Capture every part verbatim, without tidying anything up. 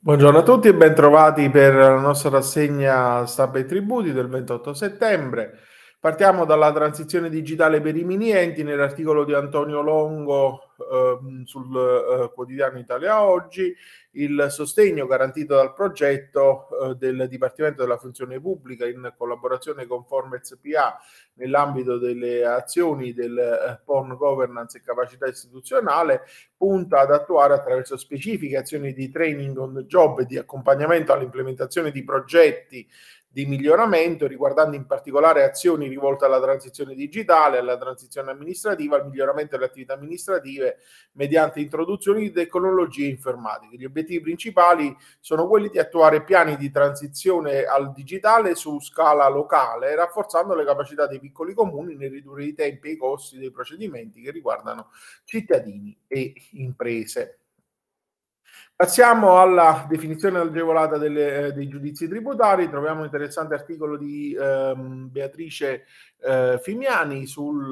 Buongiorno a tutti e bentrovati per la nostra rassegna stampa e tributi del ventotto settembre. Partiamo dalla transizione digitale per i mini enti nell'articolo di Antonio Longo eh, sul eh, quotidiano Italia Oggi, il sostegno garantito dal progetto eh, del Dipartimento della Funzione Pubblica in collaborazione con Formez P A nell'ambito delle azioni del eh, P O N Governance e Capacità Istituzionale punta ad attuare attraverso specifiche azioni di training on the job e di accompagnamento all'implementazione di progetti di miglioramento riguardanti in particolare azioni rivolte alla transizione digitale, alla transizione amministrativa, al miglioramento delle attività amministrative mediante introduzione di tecnologie informatiche. Gli obiettivi principali sono quelli di attuare piani di transizione al digitale su scala locale, rafforzando le capacità dei piccoli comuni nel ridurre i tempi e i costi dei procedimenti che riguardano cittadini e imprese. Passiamo alla definizione agevolata delle, eh, dei giudizi tributari. Troviamo un interessante articolo di ehm, Beatrice eh, Fimiani sul,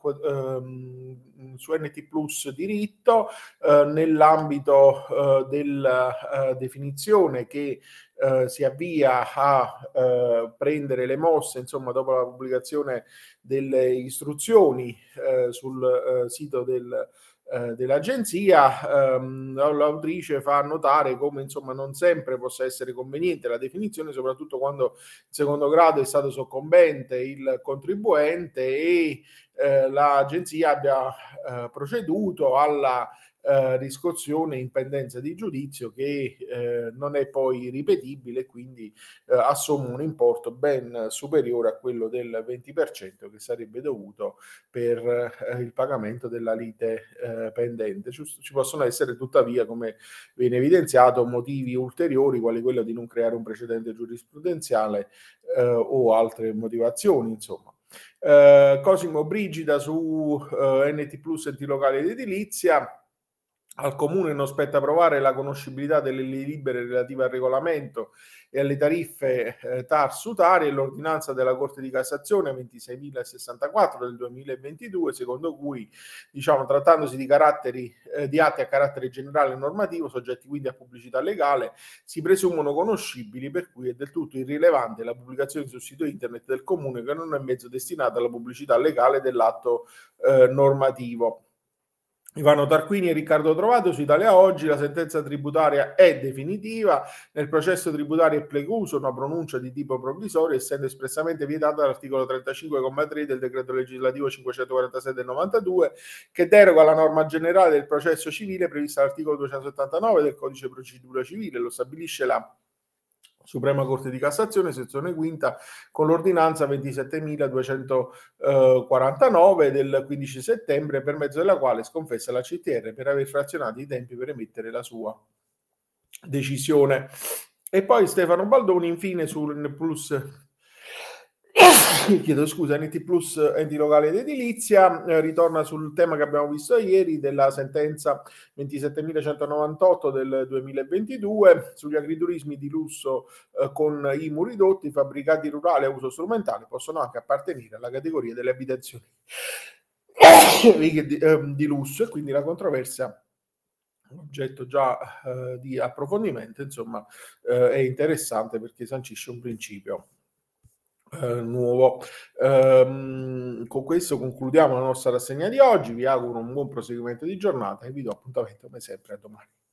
ehm, su N T Plus diritto eh, nell'ambito eh, della eh, definizione che eh, si avvia a eh, prendere le mosse, insomma, dopo la pubblicazione delle istruzioni eh, sul eh, sito del eh, dell'agenzia. Ehm, l'autrice fa notare come insomma non sempre possa essere conveniente la definizione, soprattutto quando in secondo grado è stato soccombente il contribuente e eh, l'agenzia abbia eh, proceduto alla eh, riscossione in pendenza di giudizio che eh, non è poi ripetibile, quindi eh, assume un importo ben superiore a quello del venti per cento che sarebbe dovuto per eh, il pagamento della lite eh, pendente. Ci, ci possono essere tuttavia, come viene evidenziato, motivi ulteriori, quali quello di non creare un precedente giurisprudenziale eh, o altre motivazioni, insomma. Eh, Cosimo Brigida su eh, N T Plus enti locali ed edilizia. Al Comune non spetta provare la conoscibilità delle libere relative al regolamento e alle tariffe eh, T A R su Tari e l'ordinanza della Corte di Cassazione ventiseiemilasessantaquattro del duemilaventidue, secondo cui, diciamo, trattandosi di caratteri eh, di atti a carattere generale e normativo, soggetti quindi a pubblicità legale, si presumono conoscibili, per cui è del tutto irrilevante la pubblicazione sul sito internet del Comune che non è mezzo destinato alla pubblicità legale dell'atto eh, normativo. Ivano Tarquini e Riccardo Trovato su Italia Oggi. La sentenza tributaria è definitiva. Nel processo tributario è precluso una pronuncia di tipo provvisorio, essendo espressamente vietata dall'articolo trentacinque comma tre del decreto legislativo cinquecentoquarantasei del novantadue, che deroga alla norma generale del processo civile prevista all'articolo duecentosettantanove del codice procedura civile. Lo stabilisce la Suprema Corte di Cassazione, sezione quinta, con l'ordinanza ventisettemiladuecentoquarantanove del quindici settembre, per mezzo della quale sconfessa la C T R per aver frazionato i tempi per emettere la sua decisione. E poi Stefano Baldoni, infine, sul Plus chiedo scusa, N T Plus enti locali ed edilizia, eh, ritorna sul tema che abbiamo visto ieri della sentenza ventisettemilacentonovantotto del duemilaventidue sugli agriturismi di lusso eh, con I M U ridotti. I fabbricati rurali a uso strumentale possono anche appartenere alla categoria delle abitazioni di, eh, di lusso, e quindi la controversia, un oggetto già eh, di approfondimento, insomma, eh, è interessante perché sancisce un principio Eh, nuovo. Ehm, con questo concludiamo la nostra rassegna di oggi. Vi auguro un buon proseguimento di giornata e vi do appuntamento come sempre a domani.